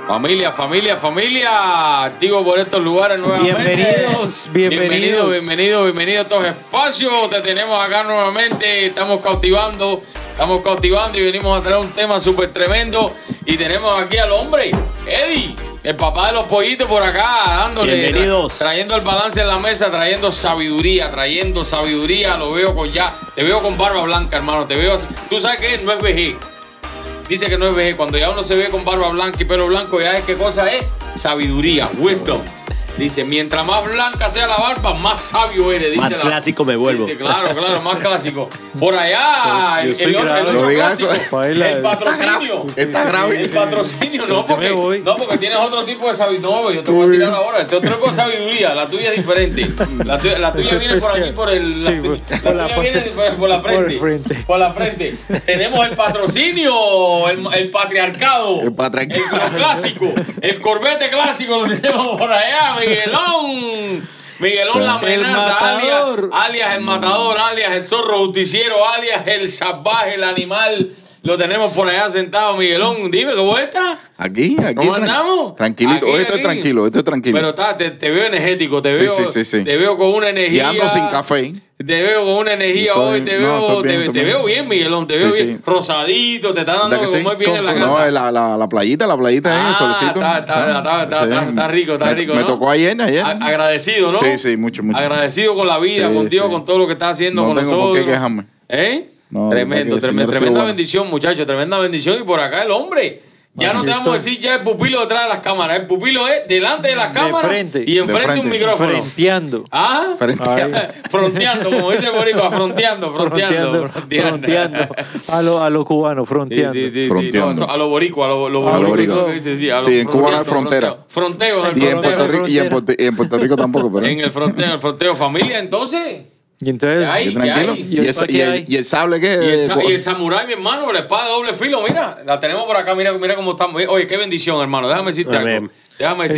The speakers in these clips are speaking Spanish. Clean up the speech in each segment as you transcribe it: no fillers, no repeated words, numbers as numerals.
Familia. Activo por estos lugares nuevamente. Bienvenidos a estos espacios. Te tenemos acá nuevamente. Estamos cautivando y venimos a traer un tema súper tremendo. Y tenemos aquí al hombre, Eddie, el papá de los pollitos por acá, dándole. Bienvenidos. Trayendo el balance en la mesa, trayendo sabiduría. Lo veo te veo con barba blanca, hermano. Tú sabes que no es vejez. Dice que no es vejez. Cuando ya uno se ve con barba blanca y pelo blanco, ya es qué cosa es sabiduría, wisdom. Dice, mientras más blanca sea la barba, más sabio eres. Dice más clásico me vuelvo. Dice, claro, más clásico. Por allá, el patrocinio. Está grave. El patrocinio, no, porque tienes otro tipo de sabiduría. No, yo te voy a tirar ahora. Este otro tipo de sabiduría. La tuya es diferente. La tuya viene por aquí, por la frente. Por la frente. Tenemos el patrocinio, el patriarcado. El clásico. El corbete clásico lo tenemos por allá, Miguelón la amenaza, alias el matador, alias el zorro justiciero, alias el salvaje, el animal. Lo tenemos por allá sentado, Miguelón. Dime, ¿cómo estás? Aquí. ¿Cómo andamos? Tranquilito. Hoy estoy tranquilo. Pero te veo energético, te veo con una energía. Y ando sin café. Te veo con una energía hoy, te veo bien, Miguelón, te veo bien. Rosadito, te está dando como muy bien en la casa. No, la playita en el solecito. Está rico, Me tocó ayer. Agradecido, ¿no? Sí, mucho. Agradecido con la vida, contigo, con todo lo que estás haciendo con nosotros. No tengo por qué quejarme. No, tremenda bendición, muchachos, tremenda bendición. Y por acá el hombre. Ya no te vamos a decir ya el pupilo detrás de las cámaras. El pupilo es delante de las cámaras y enfrente un micrófono. Frenteando. Fronteando, como dice Boricua, fronteando. A lo cubano, fronteando. Sí. Fronteando. No, a lo boricua, a lo boricua. Sí, en Cuba no hay frontera. Fronteo. Y en Puerto Rico tampoco, pero. En el fronteo, familia, entonces. Y entonces, tranquilo. ¿Y el sable qué? Y el samurái, mi hermano, la espada de doble filo, mira, la tenemos por acá, mira cómo estamos. Oye, qué bendición, hermano, déjame decirte algo. Déjame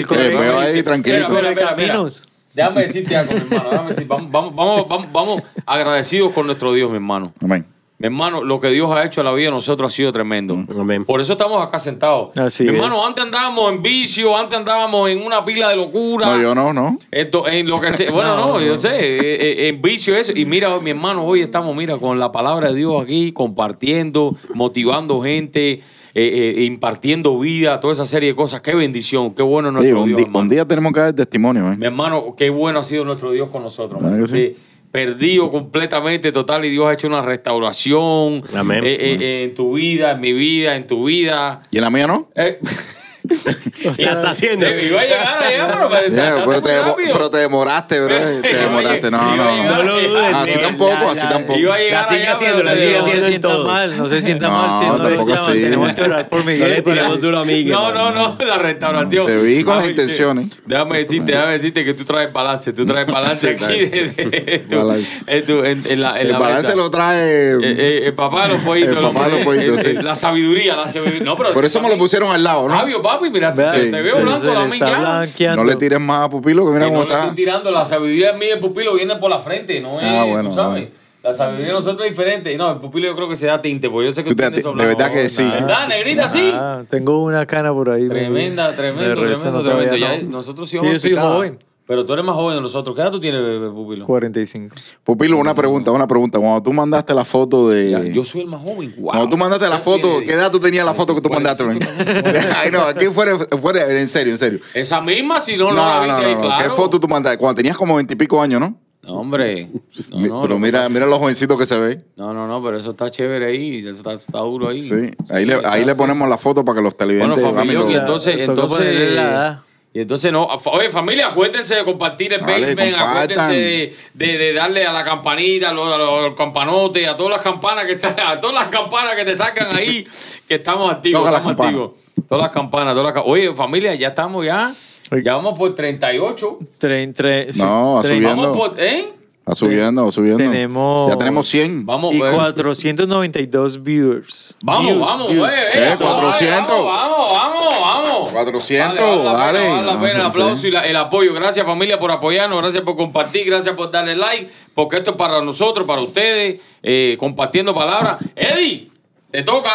decirte algo, mi hermano. Vamos agradecidos con nuestro Dios, mi hermano. Amén. Mi hermano, lo que Dios ha hecho en la vida de nosotros ha sido tremendo. Amén. Por eso estamos acá sentados. Así mi hermano, antes andábamos en vicio, antes andábamos en una pila de locura. No, yo no. En lo que sé, bueno, yo sé, en vicio eso. Y mira, mi hermano, hoy estamos, con la palabra de Dios aquí, compartiendo, motivando gente, impartiendo vida, toda esa serie de cosas. Qué bendición, qué bueno nuestro Dios. Un día tenemos que dar testimonio, Mi hermano, qué bueno ha sido nuestro Dios con nosotros. Sí. Perdido completamente, total, y Dios ha hecho una restauración. Amén. En tu vida, en mi vida, en tu vida. ¿Y en la mía no? Ya está haciendo. Iba a llegar allá, pero te demoraste, bro. No lo dudes. Así tampoco. Iba a llegar allá, no se sienta mal. Tenemos que orar por Miguel. No, la restauración. Te vi con las intenciones. Déjame decirte que tú traes balance. Tú traes balance aquí. El balance lo trae el papá de los pollitos. Sí. La sabiduría. No, pero por eso me lo pusieron al lado, ¿no? Sabio, papi, mira, te veo blanco también ya. No le tires más a Pupilo, que mira cómo está. No le estoy tirando, la sabiduría mía del Pupilo viene por la frente, no es, tú sabes. La sabiduría de nosotros es diferente. No, el Pupilo yo creo que se da tinte, porque yo sé que tú tienes de verdad que sí. ¿Verdad, negrita, sí? Tengo una cana por ahí. Tremendo. Ya, nosotros sí yo soy joven. Pero tú eres más joven de nosotros. ¿Qué edad tú tienes, Pupilo? 45. Pupilo, una pregunta. Cuando tú mandaste la foto de... Ya, yo soy el más joven. Wow. Cuando tú mandaste la foto, ¿qué edad tú tenías la foto que tú mandaste? Ay, no, aquí fuera, en serio. Esa misma, si no la viste ahí, claro. ¿Qué foto tú mandaste? Cuando tenías como 20 y pico años, ¿no? No, hombre. Pero mira los jovencitos que se ve. No, pero eso está chévere ahí. Eso está duro ahí. Sí, ahí le ponemos la foto para que los televidentes... Bueno, familia, y entonces, oye, familia, acuérdense de compartir el basement, acuérdense de darle a la campanita, a los campanotes, a todas las campanas que te sacan ahí, que estamos activos, Todas las campanas. Oye, familia, ya estamos ya vamos por 38. No, subiendo. Vamos por, Va subiendo. Ya tenemos 100. Vamos, y 492 viewers. Vamos, 400. Vamos. 400, vale. Vale la pena el aplauso y el apoyo. Gracias, familia, por apoyarnos. Gracias por compartir. Gracias por darle like. Porque esto es para nosotros, para ustedes. Compartiendo palabras. Eddie, te toca.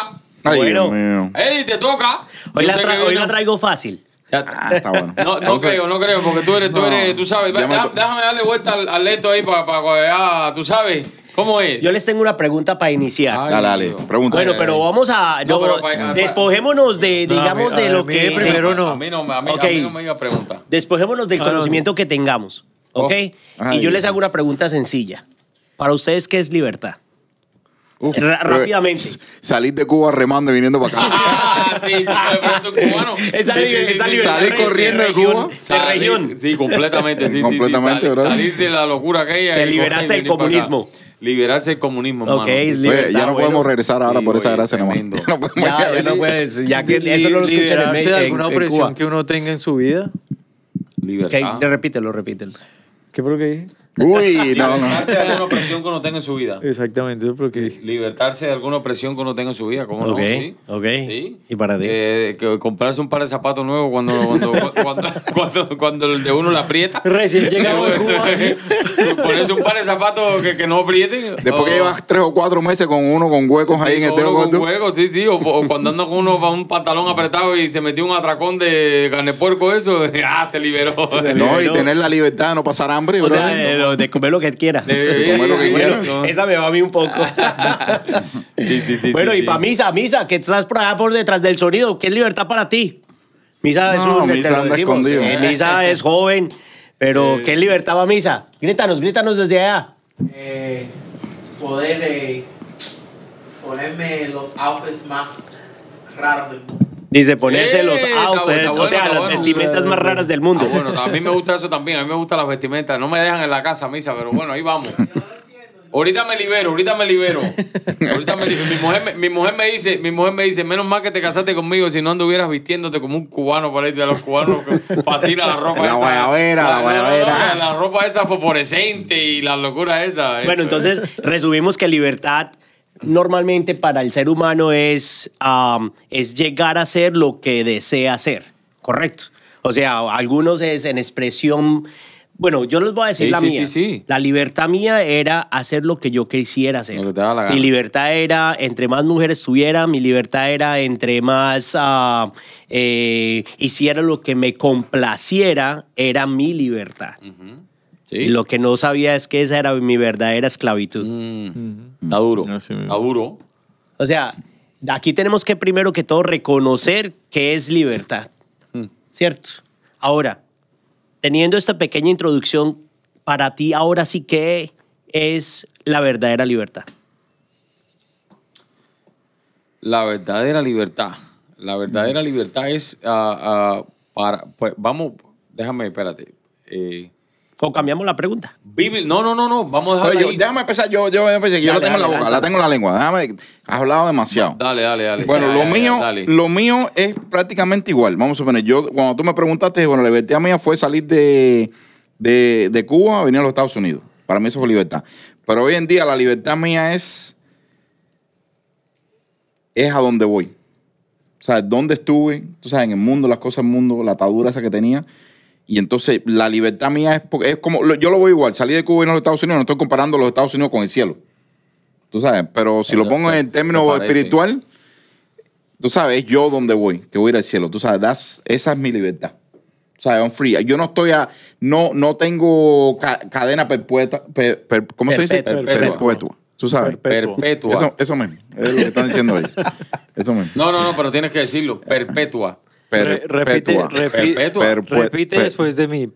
Ay, bueno, Eddie, te toca. Hoy la traigo fácil. Está bueno. No creo, porque tú eres, tú sabes. Déjame darle vuelta al leto ahí para tú sabes. ¿Cómo es? Yo les tengo una pregunta para iniciar. Dale, pregunta. Bueno, pero vamos a... despojémonos de, digamos, de lo que... Primero no. A mí no me iba a preguntar. Despojémonos del conocimiento que tengamos, ¿ok? Y yo les hago una pregunta sencilla. Para ustedes, ¿qué es libertad? Rápidamente. Salir de Cuba remando y viniendo para acá. Salir corriendo de Cuba. De región. Sí, completamente. Sí, completamente, ¿verdad? Salir de la locura aquella. De liberarse del comunismo. Liberarse del comunismo, hermano. Ya no podemos regresar ahora por esa gracia nomás. Ya no puedes, ya que eso no lo escuchan en México. ¿Alguna opresión que uno tenga en su vida? Libertad. Repítelo. ¿Qué fue lo que dije? Uy, no. Libertarse de alguna opresión que uno tenga en su vida. Exactamente, eso fue lo que dije. Libertarse de alguna opresión que uno tenga en su vida, ¿cómo no? Sí. ¿Sí? ¿Y para ti? Que comprarse un par de zapatos nuevos cuando el de uno la aprieta. Recién llegado de Cuba. Ponerse un par de zapatos que no aprieten. Después que llevas 3 o 4 meses con uno con huecos ahí en el dedo. Con huecos, sí. O cuando anda con uno un pantalón apretado y se metió un atracón de carne de puerco, eso, se liberó. No, y tener la libertad de no pasar hambre. O sea, de comer lo que quiera. Esa me va a mí un poco. Bueno, y para Misa, que estás por detrás del sonido, ¿qué es libertad para ti? Misa Misa anda escondido. Misa es joven, pero ¿qué es libertad para Misa? Grítanos desde allá. Poder ponerme los outfits más raros del mundo. Dice ponerse los outfits, las vestimentas más raras del mundo. Bueno, a mí me gusta eso también, a mí me gustan las vestimentas. No me dejan en la casa, Misa, pero bueno, ahí vamos. Ahorita me libero. Mi mujer me dice, menos mal que te casaste conmigo, si no anduvieras vistiéndote como un cubano, parece, a los cubanos fascina la ropa. La guayabera. La ropa esa fosforescente y la locura esa. Bueno, entonces resumimos que libertad normalmente para el ser humano es llegar a ser lo que desea ser, ¿correcto? O sea, algunos es en expresión... Bueno, yo les voy a decir la mía. Sí. La libertad mía era hacer lo que yo quisiera hacer. Lo que te da la gana. Mi libertad era, entre más mujeres tuviera, mi libertad era, entre más hiciera lo que me complaciera, era mi libertad. Sí. Y lo que no sabía es que esa era mi verdadera esclavitud. Está duro. Está duro. O sea, aquí tenemos que primero que todo reconocer qué es libertad. ¿Cierto? Ahora, teniendo esta pequeña introducción, para ti ahora sí, ¿qué es la verdadera libertad? La verdadera libertad. La verdadera libertad es pues, vamos, déjame, espérate. ¿O cambiamos la pregunta? No, vamos a dejarla ahí. Déjame empezar, yo la tengo en la boca, la tengo en la lengua. Has hablado demasiado. Dale. Bueno, lo mío es prácticamente igual. Vamos a suponer, cuando tú me preguntaste, bueno, la libertad mía fue salir de Cuba a venir a los Estados Unidos. Para mí eso fue libertad. Pero hoy en día la libertad mía es a donde voy. O sea, dónde estuve, tú sabes, en el mundo, las cosas del mundo, la atadura esa que tenía. Y entonces la libertad mía es como, yo lo voy igual, salí de Cuba y no a los Estados Unidos, no estoy comparando los Estados Unidos con el cielo. Tú sabes, pero si lo pongo en términos espiritual, tú sabes, es yo donde voy, que voy a ir al cielo. Tú sabes, esa es mi libertad. O sea, I'm free. Yo no estoy no tengo cadena perpetua. ¿Cómo se dice? Perpetua. Tú sabes. Perpetua. Eso mismo. Es lo que están diciendo ellos. Eso mismo. No, pero tienes que decirlo. Perpetua. Repite después de mí.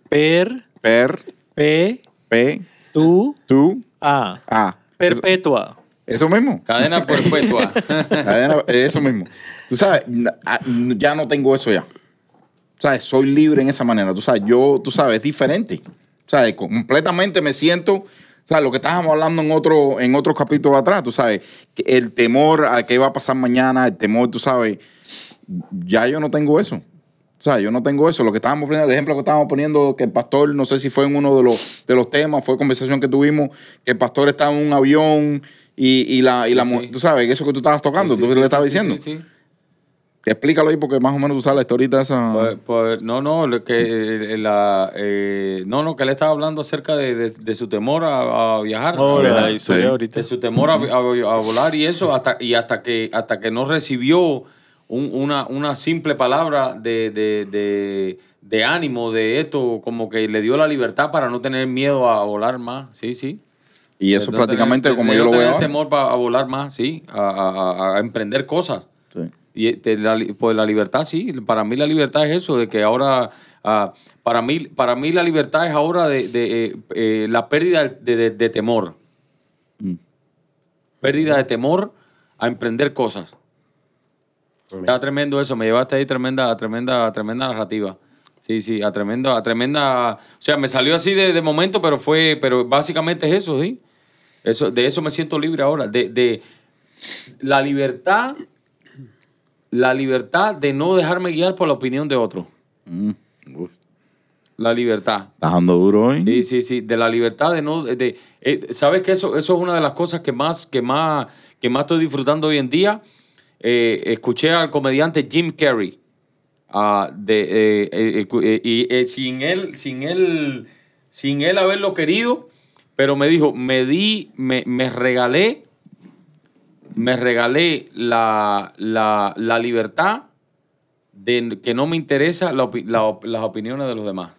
Tú. Perpetua. Eso mismo. Cadena perpetua. Eso mismo. Tú sabes, ya no tengo eso ya. ¿Sabes? Soy libre en esa manera. Tú sabes, es diferente. ¿Sabes? Completamente me siento. O sea, lo que estábamos hablando en otros capítulos atrás, tú sabes, el temor a qué va a pasar mañana, el temor, tú sabes, ya yo no tengo eso. O sea, yo no tengo eso. Lo que estábamos poniendo, el ejemplo que estábamos poniendo, que el pastor, no sé si fue en uno de los temas, fue conversación que tuvimos, que el pastor estaba en un avión y la mujer, tú sabes, eso que tú estabas tocando, tú le estabas diciendo. Sí. Explícalo ahí porque más o menos tú sabes la historita esa. Pues que él estaba hablando acerca de su temor a viajar. De su temor a volar y eso, hasta que no recibió una simple palabra de ánimo de esto, como que le dio la libertad para no tener miedo a volar más. Sí. Y eso prácticamente como yo lo veo. No tener temor a volar más, sí, a emprender cosas. Sí. Y pues la libertad, sí. Para mí la libertad es eso, de que ahora, para mí la libertad es ahora de la pérdida de temor. Pérdida de temor a emprender cosas. Está tremendo eso, me llevaste ahí tremenda narrativa. Sí, a tremenda. O sea, me salió así de momento, pero básicamente es eso, ¿sí? De eso me siento libre ahora. De la libertad de no dejarme guiar por la opinión de otro. La libertad. ¿Estás dando duro hoy? Sí. De la libertad de no. ¿Sabes que eso es una de las cosas que más estoy disfrutando hoy en día? Escuché al comediante Jim Carrey. Sin él haberlo querido, pero me dijo, me regalé la libertad de que no me interesa las opiniones de los demás.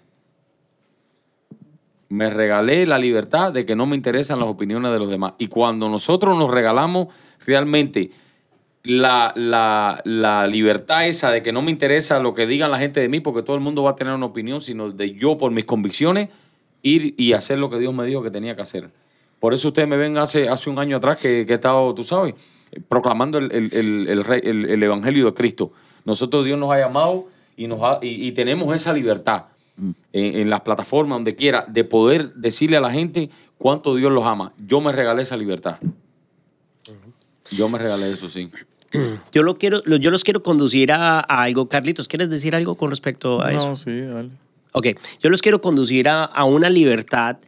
Me regalé la libertad de que no me interesan las opiniones de los demás. Y cuando nosotros nos regalamos realmente la libertad esa de que no me interesa lo que digan la gente de mí, porque todo el mundo va a tener una opinión, sino de yo, por mis convicciones, ir y hacer lo que Dios me dijo que tenía que hacer. Por eso ustedes me ven hace un año atrás que he estado, tú sabes, proclamando el Evangelio de Cristo. Nosotros, Dios nos ha llamado y tenemos esa libertad en las plataformas, donde quiera, de poder decirle a la gente cuánto Dios los ama. Yo me regalé esa libertad. Yo me regalé eso, sí. Yo los quiero conducir a algo. Carlitos, ¿quieres decir algo con respecto a eso? No, sí, dale. Ok, yo los quiero conducir a una libertad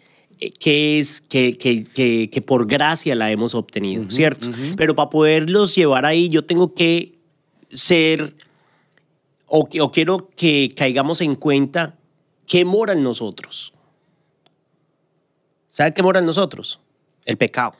que por gracia la hemos obtenido, ¿cierto? Pero para poderlos llevar ahí, yo tengo que ser, o quiero que caigamos en cuenta qué mora en nosotros. ¿Sabe qué mora en nosotros? El pecado.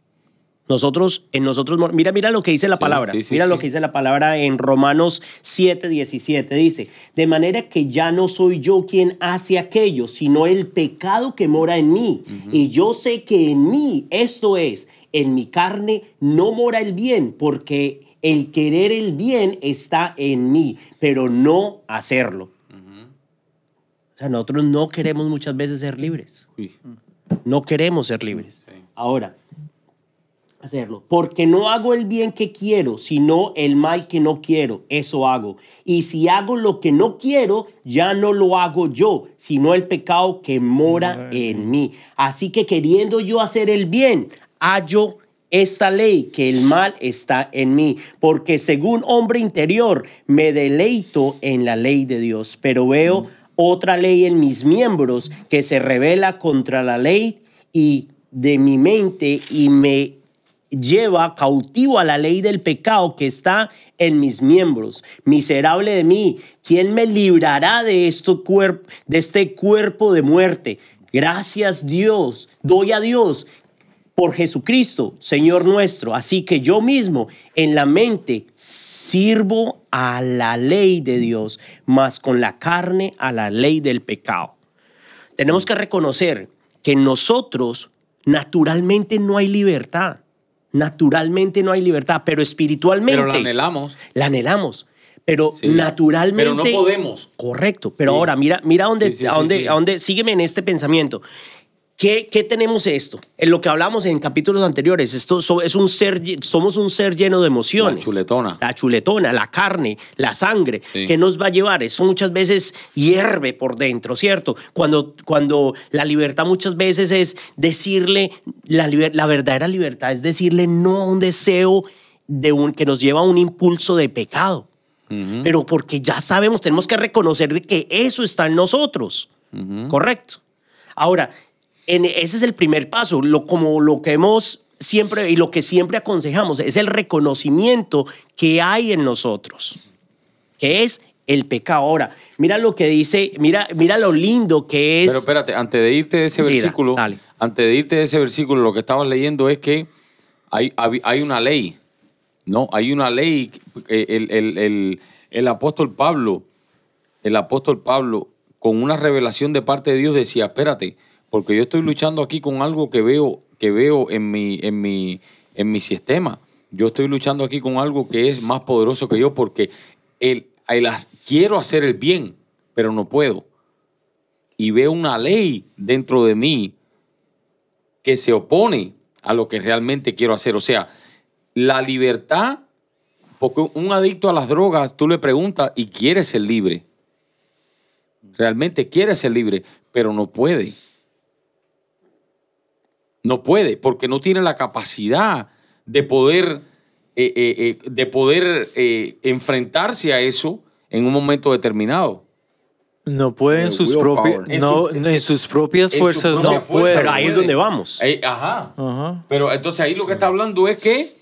En nosotros, mira lo que dice la palabra. Mira lo que dice la palabra en Romanos 7:17. Dice, de manera que ya no soy yo quien hace aquello, sino el pecado que mora en mí. Y yo sé que en mí, esto es, en mi carne, no mora el bien, porque el querer el bien está en mí, pero no hacerlo. O sea, nosotros no queremos muchas veces ser libres. No queremos ser libres. Sí. Ahora, hacerlo. Porque no hago el bien que quiero, sino el mal que no quiero. Eso hago. Y si hago lo que no quiero, ya no lo hago yo, sino el pecado que mora en mí. Así que queriendo yo hacer el bien, hallo esta ley, que el mal está en mí. Porque según hombre interior, me deleito en la ley de Dios. Pero veo otra ley en mis miembros que se rebela contra la ley y de mi mente y me lleva cautivo a la ley del pecado que está en mis miembros. Miserable de mí, ¿quién me librará de este cuerpo de muerte? Gracias Dios, doy a Dios por Jesucristo, Señor nuestro. Así que yo mismo en la mente sirvo a la ley de Dios, mas con la carne a la ley del pecado. Tenemos que reconocer que en nosotros naturalmente no hay libertad. Naturalmente no hay libertad, pero espiritualmente. Pero la anhelamos. La anhelamos. Pero sí, naturalmente. Pero no podemos. Correcto. Pero sí. Ahora, mira a dónde, sígueme en este pensamiento. ¿Qué tenemos esto? En lo que hablamos en capítulos anteriores, somos un ser lleno de emociones. La chuletona, la carne, la sangre. Sí. ¿Qué nos va a llevar? Eso muchas veces hierve por dentro, ¿cierto? Cuando la libertad muchas veces es decirle, la verdadera libertad es decirle no a un deseo que nos lleva a un impulso de pecado. Pero porque ya sabemos, tenemos que reconocer de que eso está en nosotros. ¿Correcto? Ahora, ese es el primer paso, como lo que hemos siempre y lo que siempre aconsejamos, es el reconocimiento que hay en nosotros. que es el pecado. Ahora, mira lo que dice, mira lo lindo que es. Pero espérate, antes de irte de ese versículo, lo que estabas leyendo es que hay una ley, ¿no? Hay una ley. El apóstol Pablo, con una revelación de parte de Dios, decía, espérate, porque yo estoy luchando aquí con algo que veo en mi sistema. Yo estoy luchando aquí con algo que es más poderoso que yo, porque quiero hacer el bien, pero no puedo. Y veo una ley dentro de mí que se opone a lo que realmente quiero hacer. O sea, la libertad, porque un adicto a las drogas, tú le preguntas y quiere ser libre. Realmente quiere ser libre, pero no puede. No puede, porque no tiene la capacidad de poder enfrentarse a eso en un momento determinado. No puede en sus propias fuerzas. No puede. Pero ahí es donde vamos. Ajá. Pero entonces ahí lo que está hablando es que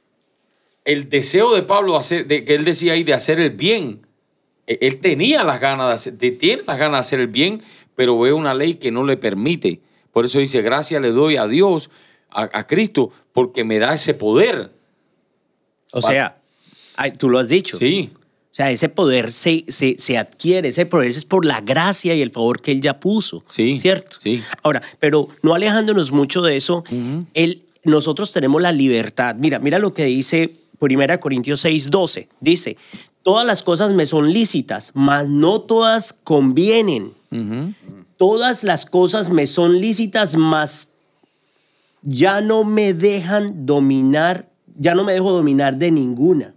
el deseo de Pablo, que él decía ahí, de hacer el bien, él tenía las ganas tiene las ganas de hacer el bien, pero ve una ley que no le permite. Por eso dice, gracias le doy a Dios, a Cristo, porque me da ese poder. O sea, tú lo has dicho. Sí. O sea, ese poder se adquiere, ese poder es por la gracia y el favor que Él ya puso. Sí. ¿Cierto? Sí. Ahora, pero no alejándonos mucho de eso, nosotros tenemos la libertad. Mira lo que dice 1 Corintios 6:12. Dice, todas las cosas me son lícitas, mas no todas convienen. Todas las cosas me son lícitas, mas ya no me dejo dominar de ninguna.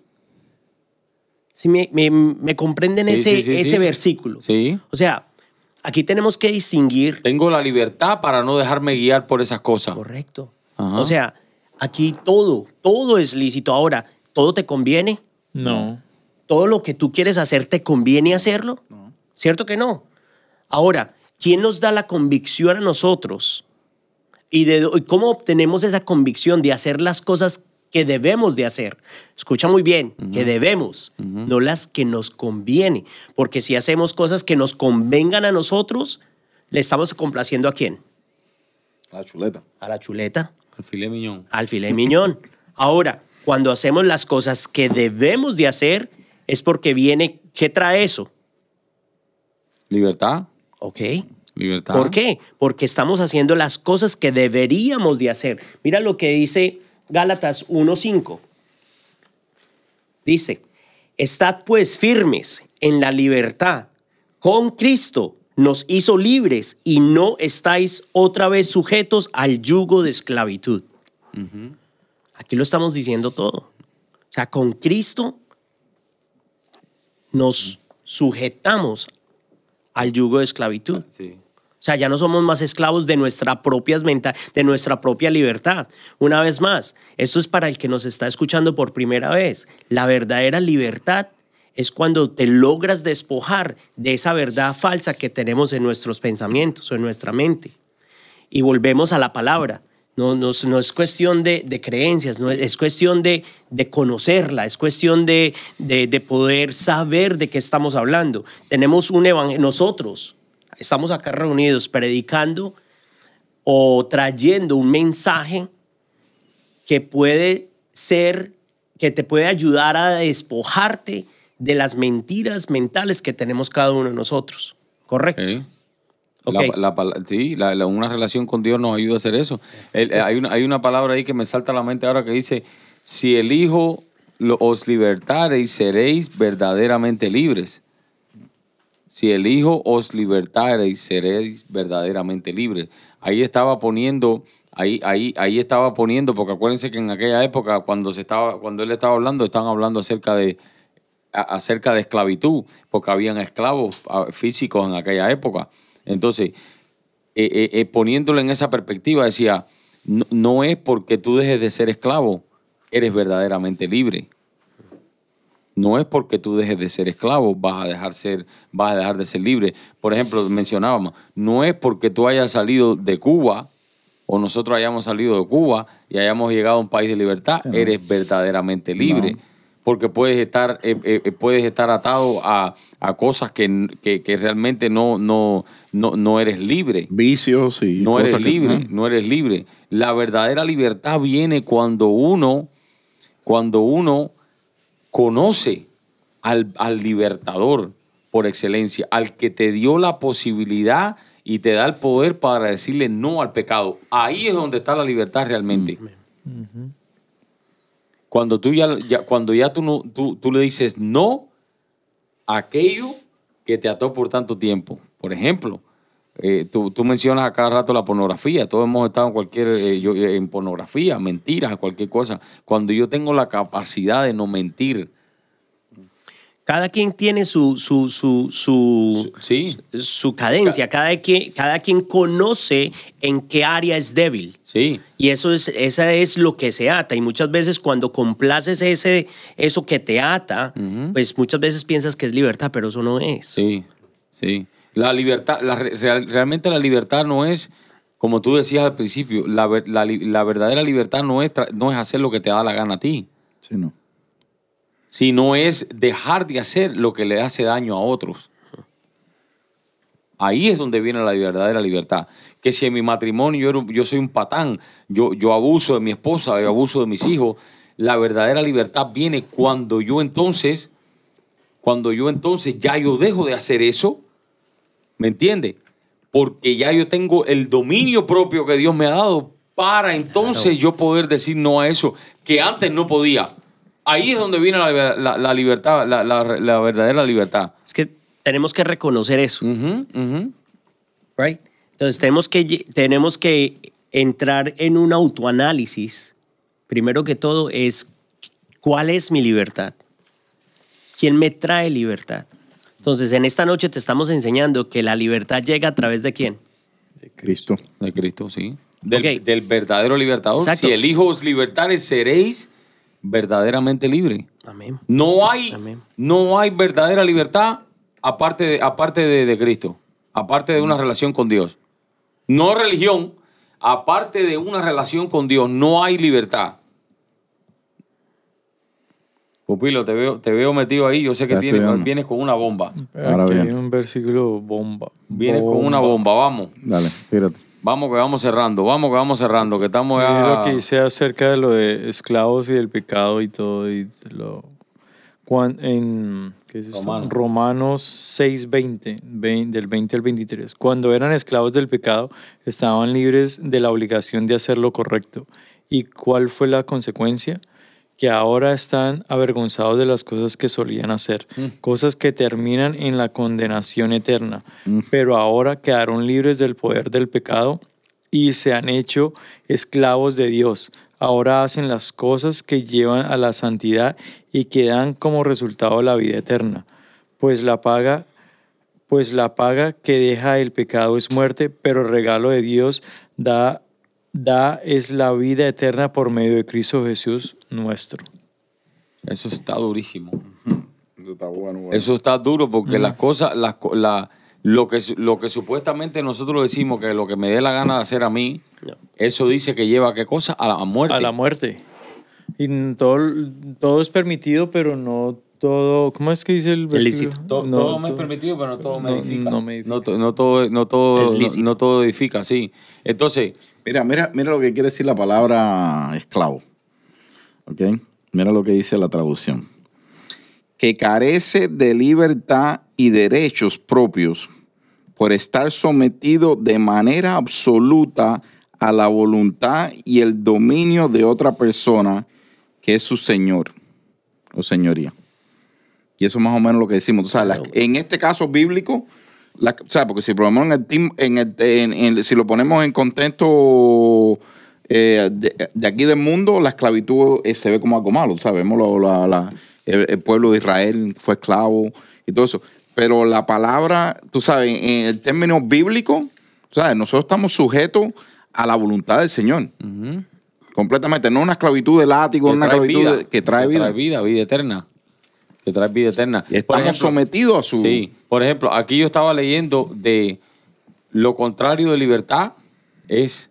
¿Sí me comprenden ese versículo? Sí. O sea, aquí tenemos que distinguir. Tengo la libertad para no dejarme guiar por esas cosas. Correcto. Ajá. O sea, aquí todo es lícito. Ahora, ¿todo te conviene? No. ¿Todo lo que tú quieres hacer te conviene hacerlo? No. ¿Cierto que no? Ahora, ¿quién nos da la convicción a nosotros? ¿Y cómo obtenemos esa convicción de hacer las cosas que debemos de hacer? Escucha muy bien, que debemos, no las que nos conviene. Porque si hacemos cosas que nos convengan a nosotros, ¿le estamos complaciendo a quién? A la chuleta. A la chuleta. Al filet mignon. Al filet mignon. Ahora, cuando hacemos las cosas que debemos de hacer, es porque viene, ¿qué trae eso? Libertad. Ok. Libertad. ¿Por qué? Porque estamos haciendo las cosas que deberíamos de hacer. Mira lo que dice Gálatas 1:5. Dice, estad pues firmes en la libertad. Con Cristo nos hizo libres y no estáis otra vez sujetos al yugo de esclavitud. Aquí lo estamos diciendo todo. O sea, con Cristo nos sujetamos al yugo de esclavitud. Sí. O sea, ya no somos más esclavos de nuestra propia libertad. Una vez más, esto es para el que nos está escuchando por primera vez. La verdadera libertad es cuando te logras despojar de esa verdad falsa que tenemos en nuestros pensamientos o en nuestra mente. Y volvemos a la palabra. No es cuestión de creencias, no es cuestión de conocerla, es cuestión de poder saber de qué estamos hablando. Tenemos un evangelio, nosotros estamos acá reunidos predicando o trayendo un mensaje que puede ser, que te puede ayudar a despojarte de las mentiras mentales que tenemos cada uno de nosotros. ¿Correcto? Sí. Okay. Una relación con Dios nos ayuda a hacer eso. Hay una palabra ahí que me salta a la mente ahora que dice, si el Hijo os libertareis, seréis verdaderamente libres. Si el Hijo os libertareis, seréis verdaderamente libres. Ahí estaba poniendo, porque acuérdense que en aquella época, cuando él estaba hablando, estaban hablando acerca de esclavitud, porque habían esclavos físicos en aquella época. Entonces, poniéndolo en esa perspectiva, decía, no es porque tú dejes de ser esclavo, eres verdaderamente libre. No es porque tú dejes de ser esclavo, vas a dejar de ser libre. Por ejemplo, mencionábamos, no es porque tú hayas salido de Cuba o nosotros hayamos salido de Cuba y hayamos llegado a un país de libertad, eres verdaderamente libre. porque puedes estar atado a cosas que realmente no eres libre. Vicios y no cosas eres libre, no eres libre. La verdadera libertad viene cuando uno conoce al libertador por excelencia, al que te dio la posibilidad y te da el poder para decirle no al pecado. Ahí es donde está la libertad realmente. Cuando tú tú le dices no a aquello que te ató por tanto tiempo. Por ejemplo, tú mencionas a cada rato la pornografía. Todos hemos estado en pornografía, mentiras, cualquier cosa. Cuando yo tengo la capacidad de no mentir. Cada quien tiene su cadencia. Cada quien conoce en qué área es débil. Sí. Y esa es lo que se ata. Y muchas veces cuando complaces eso que te ata, pues muchas veces piensas que es libertad, pero eso no es. Sí, sí. La libertad, realmente la libertad no es, como tú decías al principio, la verdadera libertad no es hacer lo que te da la gana a ti. Sí, no. Sino es dejar de hacer lo que le hace daño a otros. Ahí es donde viene la verdadera libertad. Que si en mi matrimonio yo soy un patán, yo abuso de mi esposa, yo abuso de mis hijos, la verdadera libertad viene cuando yo entonces ya yo dejo de hacer eso, ¿me entiendes? Porque ya yo tengo el dominio propio que Dios me ha dado para entonces yo poder decir no a eso que antes no podía. Ahí es donde viene la libertad, la verdadera libertad. Es que tenemos que reconocer eso. Right? Entonces tenemos que entrar en un autoanálisis. Primero que todo es, ¿cuál es mi libertad? ¿Quién me trae libertad? Entonces, en esta noche te estamos enseñando que la libertad llega a través de ¿quién? De Cristo. De Cristo, sí. Del verdadero libertador. Exacto. Si el Hijo os libertares, seréis verdaderamente libre. Amén. No hay verdadera libertad aparte de Cristo, aparte de una relación con Dios. No religión, aparte de una relación con Dios, no hay libertad. Pupilo, te veo metido ahí. Yo sé que vienes con una bomba. Ahora hay un versículo bomba. Vienes con una bomba, vamos. Dale, tírate. Vamos que vamos cerrando, que estamos ya... Lo que dice acerca de lo de esclavos y del pecado y todo, ¿qué es esto? Romanos 6:20, del 20 al 23. Cuando eran esclavos del pecado, estaban libres de la obligación de hacer lo correcto. ¿Y cuál fue la consecuencia? Que ahora están avergonzados de las cosas que solían hacer, cosas que terminan en la condenación eterna, pero ahora quedaron libres del poder del pecado y se han hecho esclavos de Dios. Ahora hacen las cosas que llevan a la santidad y que dan como resultado la vida eterna, pues la paga que deja el pecado es muerte, pero el regalo de Dios es la vida eterna por medio de Cristo Jesús nuestro. Eso está durísimo. Eso está bueno. Eso está duro porque las cosas, lo que supuestamente nosotros decimos que lo que me dé la gana de hacer a mí, eso dice que lleva ¿a qué cosa? A la muerte. A la muerte. Y todo es permitido, pero no todo. ¿Cómo es que dice el versículo? Ilícito. Todo me es permitido, pero no todo me edifica. No me edifica. No todo edifica, sí. Entonces, Mira lo que quiere decir la palabra esclavo. ¿Ok? Mira lo que dice la traducción. Que carece de libertad y derechos propios por estar sometido de manera absoluta a la voluntad y el dominio de otra persona que es su señor o señoría. Y eso es más o menos lo que decimos. Tú sabes, en este caso bíblico, porque si lo ponemos en contexto de aquí del mundo, la esclavitud se ve como algo malo. Sabemos el pueblo de Israel fue esclavo y todo eso. Pero la palabra, tú sabes, en el término bíblico, ¿sabes? Nosotros estamos sujetos a la voluntad del Señor. Completamente. No una esclavitud de látigo, una esclavitud que trae vida. Vida eterna. Que trae vida eterna. Y estamos sometidos a su... Sí. Por ejemplo, aquí yo estaba leyendo de lo contrario de libertad es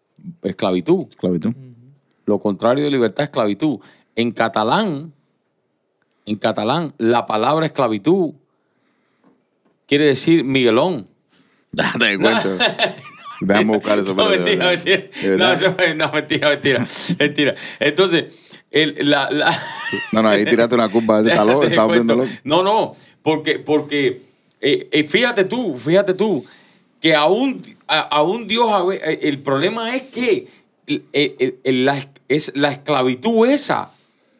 esclavitud. Esclavitud. Lo contrario de libertad es esclavitud. En catalán en catalán, la palabra esclavitud quiere decir Miguelón. Date cuenta. Déjame buscar eso. No, mentira. No, mentira. Entonces, No, ahí tiraste una curva de calor, estaba viendo loco. No, porque fíjate tú, que aún Dios, el problema es que es la esclavitud esa,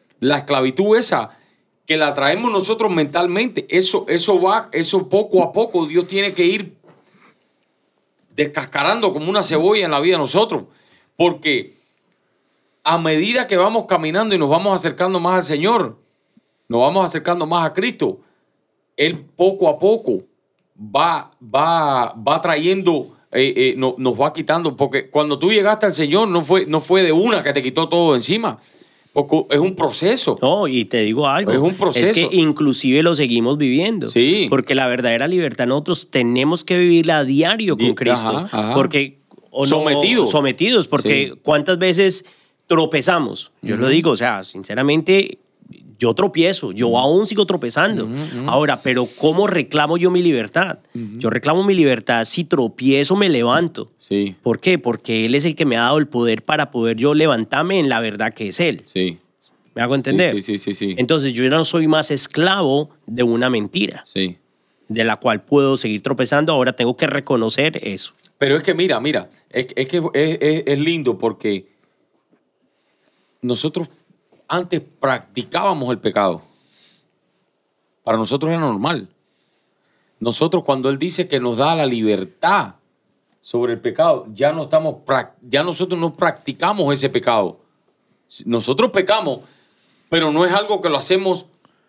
que la traemos nosotros mentalmente, eso poco a poco Dios tiene que ir descascarando como una cebolla en la vida de nosotros, porque a medida que vamos caminando y nos vamos acercando más al Señor, nos vamos acercando más a Cristo, Él poco a poco va trayendo, nos va quitando, porque cuando tú llegaste al Señor no fue de una que te quitó todo encima, porque es un proceso. No, y te digo algo. Es un proceso. Es que inclusive lo seguimos viviendo. Sí. Porque la verdadera libertad nosotros tenemos que vivirla a diario con Cristo. Ajá. Porque sometidos, porque sí. ¿Cuántas veces tropezamos? Yo lo digo, o sea, sinceramente, yo tropiezo, yo aún sigo tropezando. Ahora, pero ¿cómo reclamo yo mi libertad? Yo reclamo mi libertad si tropiezo, me levanto. Sí. ¿Por qué? Porque Él es el que me ha dado el poder para poder yo levantarme en la verdad que es Él. Sí. ¿Me hago entender? Sí. Entonces yo no soy más esclavo de una mentira, Sí. de la cual puedo seguir tropezando. Ahora tengo que reconocer eso. Pero es que mira, es que es lindo porque nosotros antes practicábamos el pecado. Para nosotros era normal. Nosotros cuando Él dice que nos da la libertad sobre el pecado, ya nosotros no practicamos ese pecado. Nosotros pecamos, pero no es algo que lo hacemos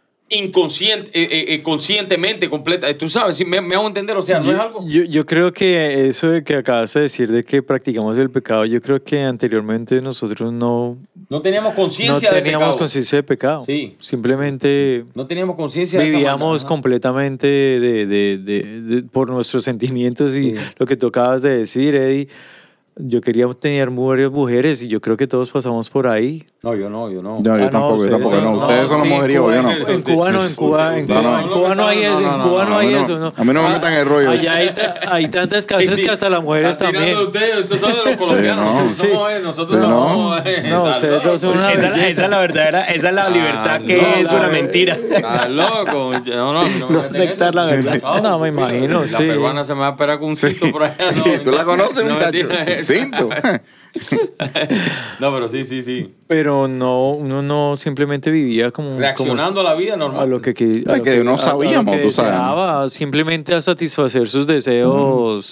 conscientemente, completa. Tú sabes, me hago entender, o sea, no es algo... Yo creo que eso de que acabas de decir de que practicamos el pecado, yo creo que anteriormente nosotros no teníamos conciencia de pecado. No teníamos conciencia de pecado. Sí. Simplemente no teníamos conciencia de vivíamos completamente por nuestros sentimientos y lo que tú acabas de decir, Eddie. Yo quería tener varias mujeres y yo creo que todos pasamos por ahí. No, yo no. Yo tampoco. Ustedes son los mujeriegos, yo no. En Cuba no hay eso. En Cuba no hay eso. A mí no me metan el rollo. Allá hay tanta escasez que hasta las mujeres también. Ustedes son de los colombianos. Nosotros no. No, ustedes dos son una esa es la verdadera, esa es la libertad que es una mentira. Estás loco. No aceptar la verdad. No, me imagino, sí. La peruana se me va a esperar con un cinto por allá. Sí, tú la conoces, muchacho. Cinto. No, pero sí. Pero uno no simplemente vivía como... Reaccionando a la vida normal. A lo que no sabíamos, tú sabes. Deseaba, simplemente a satisfacer sus deseos.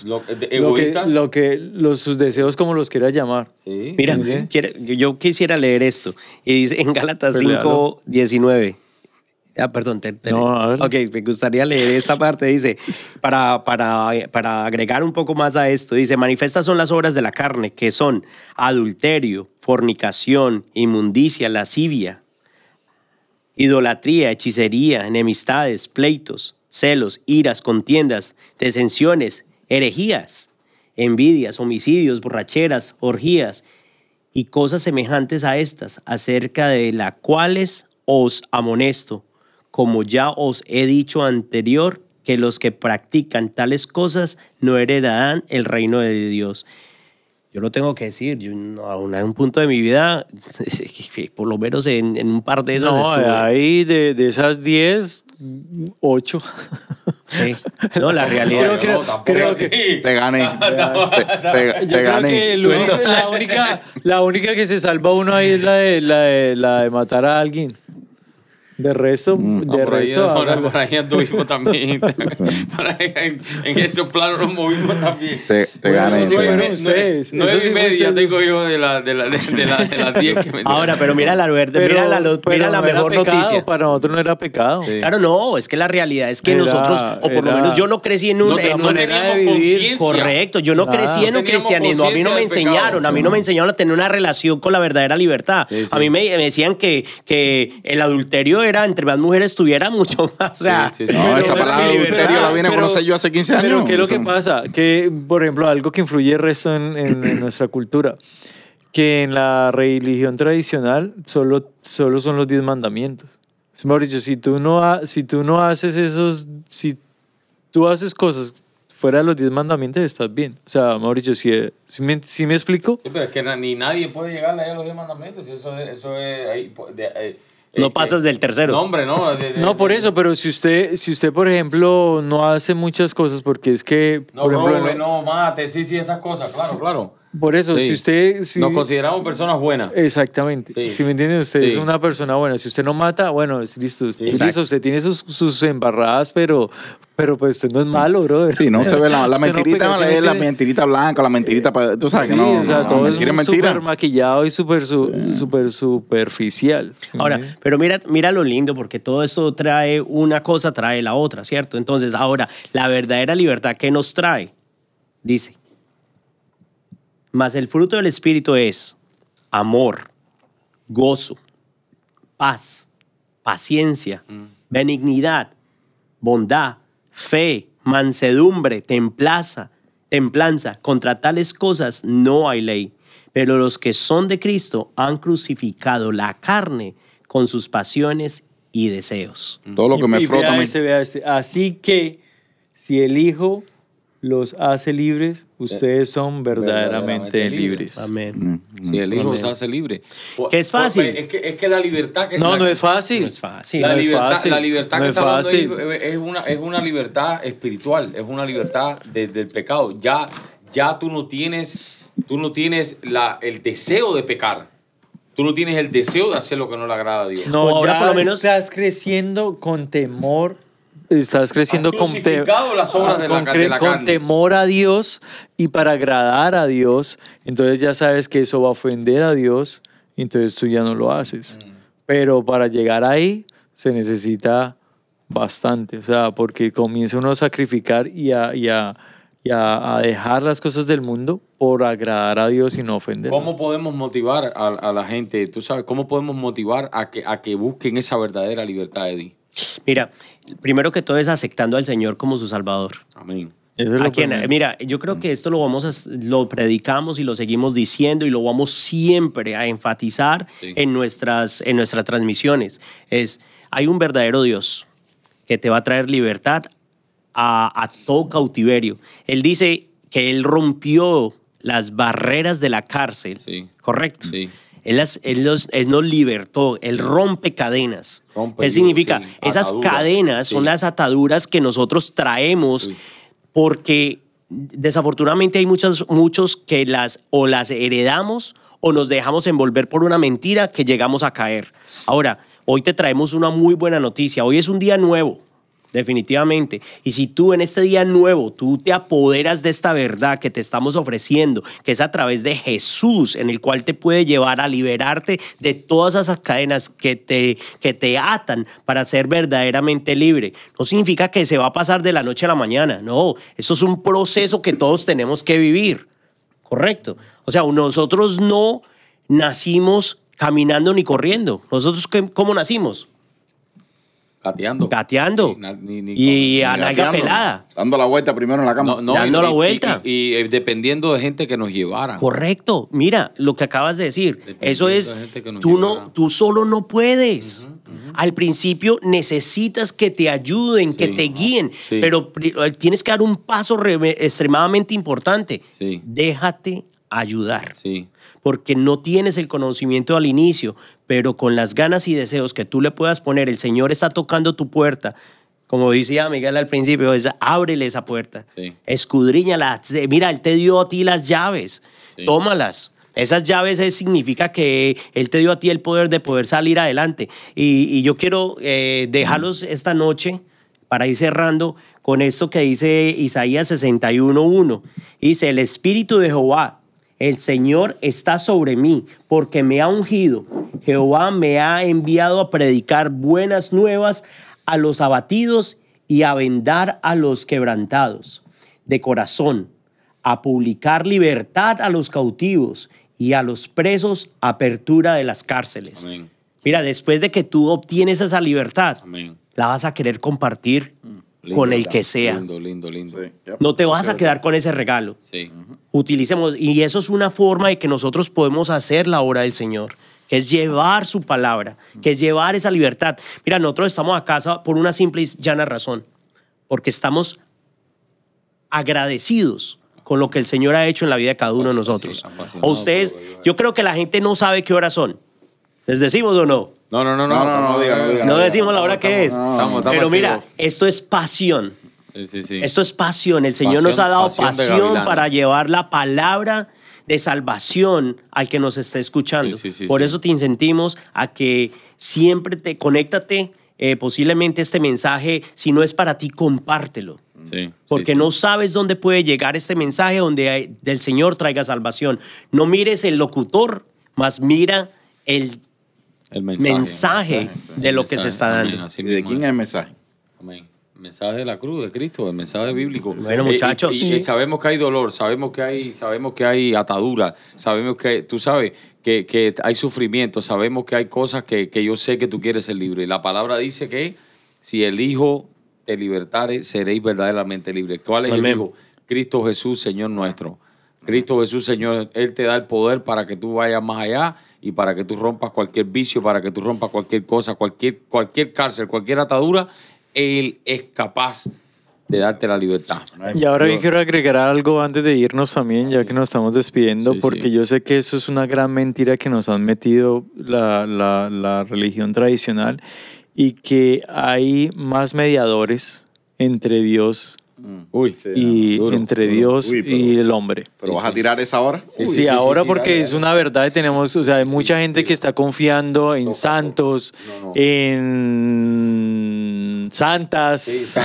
Sus deseos como los quiera llamar. Sí. Mira, yo quisiera leer esto. Y dice en Gálatas 5:19. Perdón. No, a ver. Ok, me gustaría leer esta parte. Dice, para agregar un poco más a esto, dice, manifiestas son las obras de la carne, que son adulterio, fornicación, inmundicia, lascivia, idolatría, hechicería, enemistades, pleitos, celos, iras, contiendas, disensiones, herejías, envidias, homicidios, borracheras, orgías y cosas semejantes a estas, acerca de las cuales os amonesto, como ya os he dicho anterior, que los que practican tales cosas no heredarán el reino de Dios. Yo lo tengo que decir, yo en un punto de mi vida, por lo menos en un par de esas estuve. Ahí de esas 10, 8. Sí, no, la realidad. Creo que te gané. Te gané. La única que se salva uno ahí es la de matar a alguien. De resto, por ahí anduvimos también. En esos planos nos movimos también. Te gané. Ustedes. 9:30 tengo yo de las 10 que me... Ahora, pero mira la mejor noticia. Para nosotros no era pecado. Sí. Claro, no, es que la realidad es que nosotros, o por lo menos yo no crecí en una manera de vivir. Correcto, yo no crecí en un cristianismo. A mí no me enseñaron, a tener una relación con la verdadera libertad. Sí. A mí me decían que el adulterio era entre más mujeres tuviera mucho más. O sea, no, esa palabra adulterio la vine a conocer yo hace 15 años. Pero ¿qué es lo que pasa? Que, por ejemplo, algo que influye el resto en nuestra cultura, que en la religión tradicional solo son los 10 mandamientos. Mauricio, si tú no haces si tú haces cosas fuera de los 10 mandamientos, estás bien. O sea, Mauricio, ¿sí me explico? Sí, pero es que ni nadie puede llegar a los 10 mandamientos. Eso es ahí, no pasas del tercero. No, hombre, no. No, por eso, pero si usted, por ejemplo, no hace muchas cosas, porque es que... No por ejemplo, robe, no mate, sí, esas cosas, claro. Por eso, sí. si usted... Nos consideramos personas buenas. Exactamente. Sí. Si me entienden, usted es una persona buena. Si usted no mata, bueno, es listo. Usted tiene sus embarradas, pero pues usted no es malo, brother. Sí, no se ve la mentirita, no es la mentirita blanca, la mentirita, tú sabes que no. Sí, o sea, todo es mentira. súper maquillado y súper superficial. Ahora, pero mira lo lindo, porque todo esto trae una cosa, trae la otra, ¿cierto? Entonces, ahora, la verdadera libertad, ¿qué nos trae? Dice, mas el fruto del Espíritu es amor, gozo, paz, paciencia, benignidad, bondad, fe, mansedumbre, templanza. Contra tales cosas no hay ley. Pero los que son de Cristo han crucificado la carne con sus pasiones y deseos. Todo lo que me frota a mí. Vea este. Así que si el Hijo los hace libres, ustedes son verdaderamente libres. Amén. Si el Hijo los hace libres. Que es fácil. Es que la libertad que... No es fácil. No es fácil. La libertad que está hablando ahí es una libertad espiritual, es una libertad del pecado. Ya tú no tienes el deseo de pecar. Tú no tienes el deseo de hacer lo que no le agrada a Dios. No, ahora ya por lo menos estás creciendo con temor. Estás creciendo con las obras de la carne. Con temor a Dios y para agradar a Dios. Entonces ya sabes que eso va a ofender a Dios. Entonces tú ya no lo haces. Pero para llegar ahí se necesita bastante. O sea, porque comienza uno a sacrificar y a dejar las cosas del mundo por agradar a Dios y no ofender. ¿Cómo podemos motivar a la gente? Tú sabes, ¿cómo podemos motivar a que busquen esa verdadera libertad, Eddie? Mira, primero que todo es aceptando al Señor como su Salvador. Amén. Mira, yo creo que esto lo predicamos y lo seguimos diciendo y lo vamos siempre a enfatizar en nuestras transmisiones. Hay un verdadero Dios que te va a traer libertad a todo cautiverio. Él dice que Él rompió las barreras de la cárcel, ¿correcto? Sí. Él nos libertó, Él rompe cadenas. ¿Qué significa? Esas cadenas son las ataduras que nosotros traemos porque desafortunadamente hay muchos que las heredamos o nos dejamos envolver por una mentira que llegamos a caer. Ahora, hoy te traemos una muy buena noticia. Hoy es un día nuevo. Definitivamente. Y si tú en este día nuevo, tú te apoderas de esta verdad que te estamos ofreciendo, que es a través de Jesús, en el cual te puede llevar a liberarte de todas esas cadenas que te atan para ser verdaderamente libre. No significa que se va a pasar de la noche a la mañana. No, eso es un proceso que todos tenemos que vivir. ¿Correcto? O sea, nosotros no nacimos caminando ni corriendo. ¿Nosotros cómo nacimos? Gateando. Y a nalga pelada. Dando la vuelta primero en la cama. Dando la vuelta. Y dependiendo de gente que nos llevara. Correcto. Mira, lo que acabas de decir. Eso es, tú solo no puedes. Al principio necesitas que te ayuden, que te guíen. Pero tienes que dar un paso extremadamente importante. Déjate ayudar. Porque no tienes el conocimiento al inicio, pero con las ganas y deseos que tú le puedas poner, el Señor está tocando tu puerta. Como decía Miguel al principio, ábrele esa puerta, escudriñala. Mira, Él te dio a ti las llaves, tómalas. Esas llaves significa que Él te dio a ti el poder de poder salir adelante. Y yo quiero dejarlos esta noche para ir cerrando con esto que dice Isaías 61:1. Dice, el Espíritu de Jehová, el Señor está sobre mí porque me ha ungido. Jehová me ha enviado a predicar buenas nuevas a los abatidos y a vendar a los quebrantados de corazón, a publicar libertad a los cautivos y a los presos, apertura de las cárceles. Amén. Mira, después de que tú obtienes esa libertad, la vas a querer compartir con el que sea. Lindo. Sí. No te vas a quedar con ese regalo. Utilicemos, y eso es una forma de que nosotros podemos hacer la obra del Señor. que es llevar su palabra, que es llevar esa libertad. Mira, nosotros estamos acá por una simple y llana razón, porque estamos agradecidos con lo que el Señor ha hecho en la vida de cada uno de nosotros. O ustedes, yo creo que la gente no sabe qué horas son. ¿Les decimos o no? No decimos la hora que es. Pero mira, esto es pasión. Sí. Esto es pasión. El Señor nos ha dado pasión para llevar la palabra de salvación al que nos esté escuchando. Por eso te incentivamos a que siempre conéctate. Posiblemente este mensaje, si no es para ti, compártelo. Porque no sabes dónde puede llegar este mensaje donde del Señor traiga salvación. No mires el locutor, más mira el mensaje de lo que se está dando. ¿Y de quién es el mensaje? Amén. El mensaje de la cruz de Cristo, el mensaje bíblico. Bueno, muchachos. Y sabemos que hay dolor, sabemos que hay atadura, sabemos que tú sabes que hay sufrimiento, sabemos que hay cosas que yo sé que tú quieres ser libre. Y la palabra dice que si el Hijo te libertare, seréis verdaderamente libres. ¿Cuál es el Hijo? Cristo Jesús, Señor nuestro. Cristo Jesús, Señor, Él te da el poder para que tú vayas más allá y para que tú rompas cualquier vicio, para que tú rompas cualquier cosa, cualquier cárcel, cualquier atadura. Él es capaz de darte la libertad. Y ahora yo quiero agregar algo antes de irnos también, ya que nos estamos despidiendo, porque yo sé que eso es una gran mentira que nos han metido la religión tradicional y que hay más mediadores entre Dios y el hombre. ¿Pero vas a tirar esa hora? Sí, ahora porque es una verdad. Tenemos, o sea, hay mucha gente que está confiando en santos, en santas,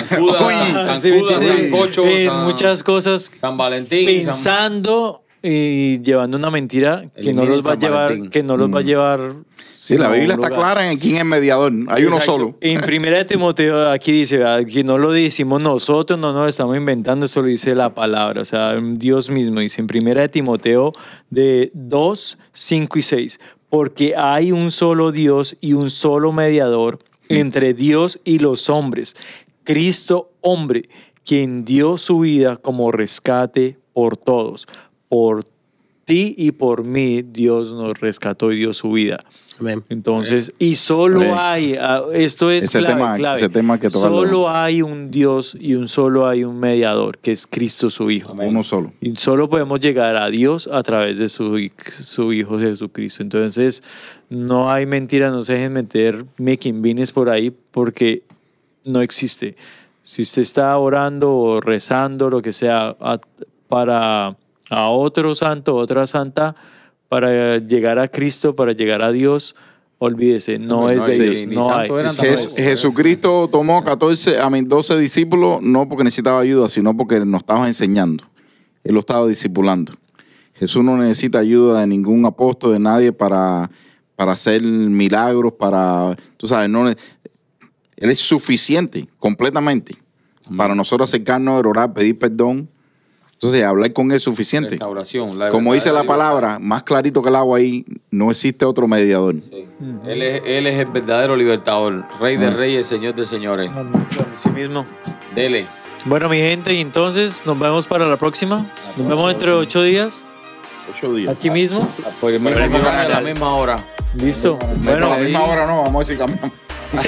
sancocho, en muchas cosas, San Valentín, pensando y llevando una mentira que no los va a llevar, Sí, la Biblia está clara en quién es mediador. Hay uno solo. En 1 Timoteo aquí dice que no lo decimos nosotros, no nos lo estamos inventando, eso lo dice la palabra, o sea, Dios mismo dice en 1 Timoteo de 2, 5 y 6, porque hay un solo Dios y un solo mediador entre Dios y los hombres, Cristo hombre, quien dio su vida como rescate por todos. Por ti y por mí Dios nos rescató y dio su vida. Amén. Entonces, y solo hay, esto es clave. Ese tema que solo hay un Dios y solo hay un mediador, que es Cristo su Hijo. Amén. Uno solo. Y solo podemos llegar a Dios a través de su Hijo Jesucristo. Entonces, no hay mentira, no se dejen meter making business por ahí porque no existe. Si usted está orando o rezando, lo que sea, para a otro santo, otra santa, para llegar a Cristo, para llegar a Dios, olvídese, no es de Dios. No hay. Jesucristo tomó 12 discípulos, no porque necesitaba ayuda, sino porque nos estaba enseñando. Él lo estaba discipulando. Jesús no necesita ayuda de ningún apóstol, de nadie para hacer milagros, tú sabes, Él es suficiente, completamente, para nosotros acercarnos, orar, pedir perdón. Entonces, hablar con él es suficiente. Como dice la palabra, más clarito que el agua ahí, no existe otro mediador. Sí. Él es el verdadero libertador, Rey de Reyes, Señor de Señores. Sí mismo. Dele. Bueno, mi gente, y entonces nos vemos para la próxima. Nos vemos entre 8 días. 8 días. Aquí mismo. Por el mismo canal, a la misma hora. Listo. Bueno, a la misma hora no, vamos a decir cambiamos. Sí.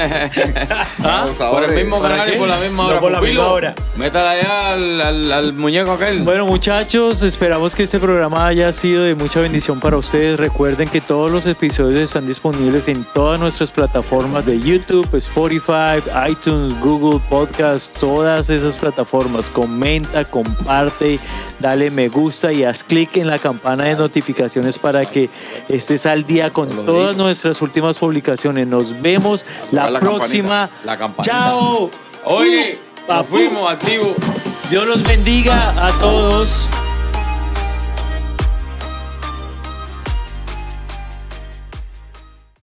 Por el mismo canal y por la misma hora. No por la misma hora. Métala allá al muñeco aquel. Bueno, muchachos, esperamos que este programa haya sido de mucha bendición para ustedes. Recuerden que todos los episodios están disponibles en todas nuestras plataformas de YouTube, Spotify, iTunes, Google Podcast, todas esas plataformas. Comenta, comparte, dale me gusta y haz clic en la campana de notificaciones para que estés al día con todas nuestras últimas publicaciones. Nos vemos la próxima. ¡Chao! Oye, nos fuimos activos. Dios los bendiga a todos.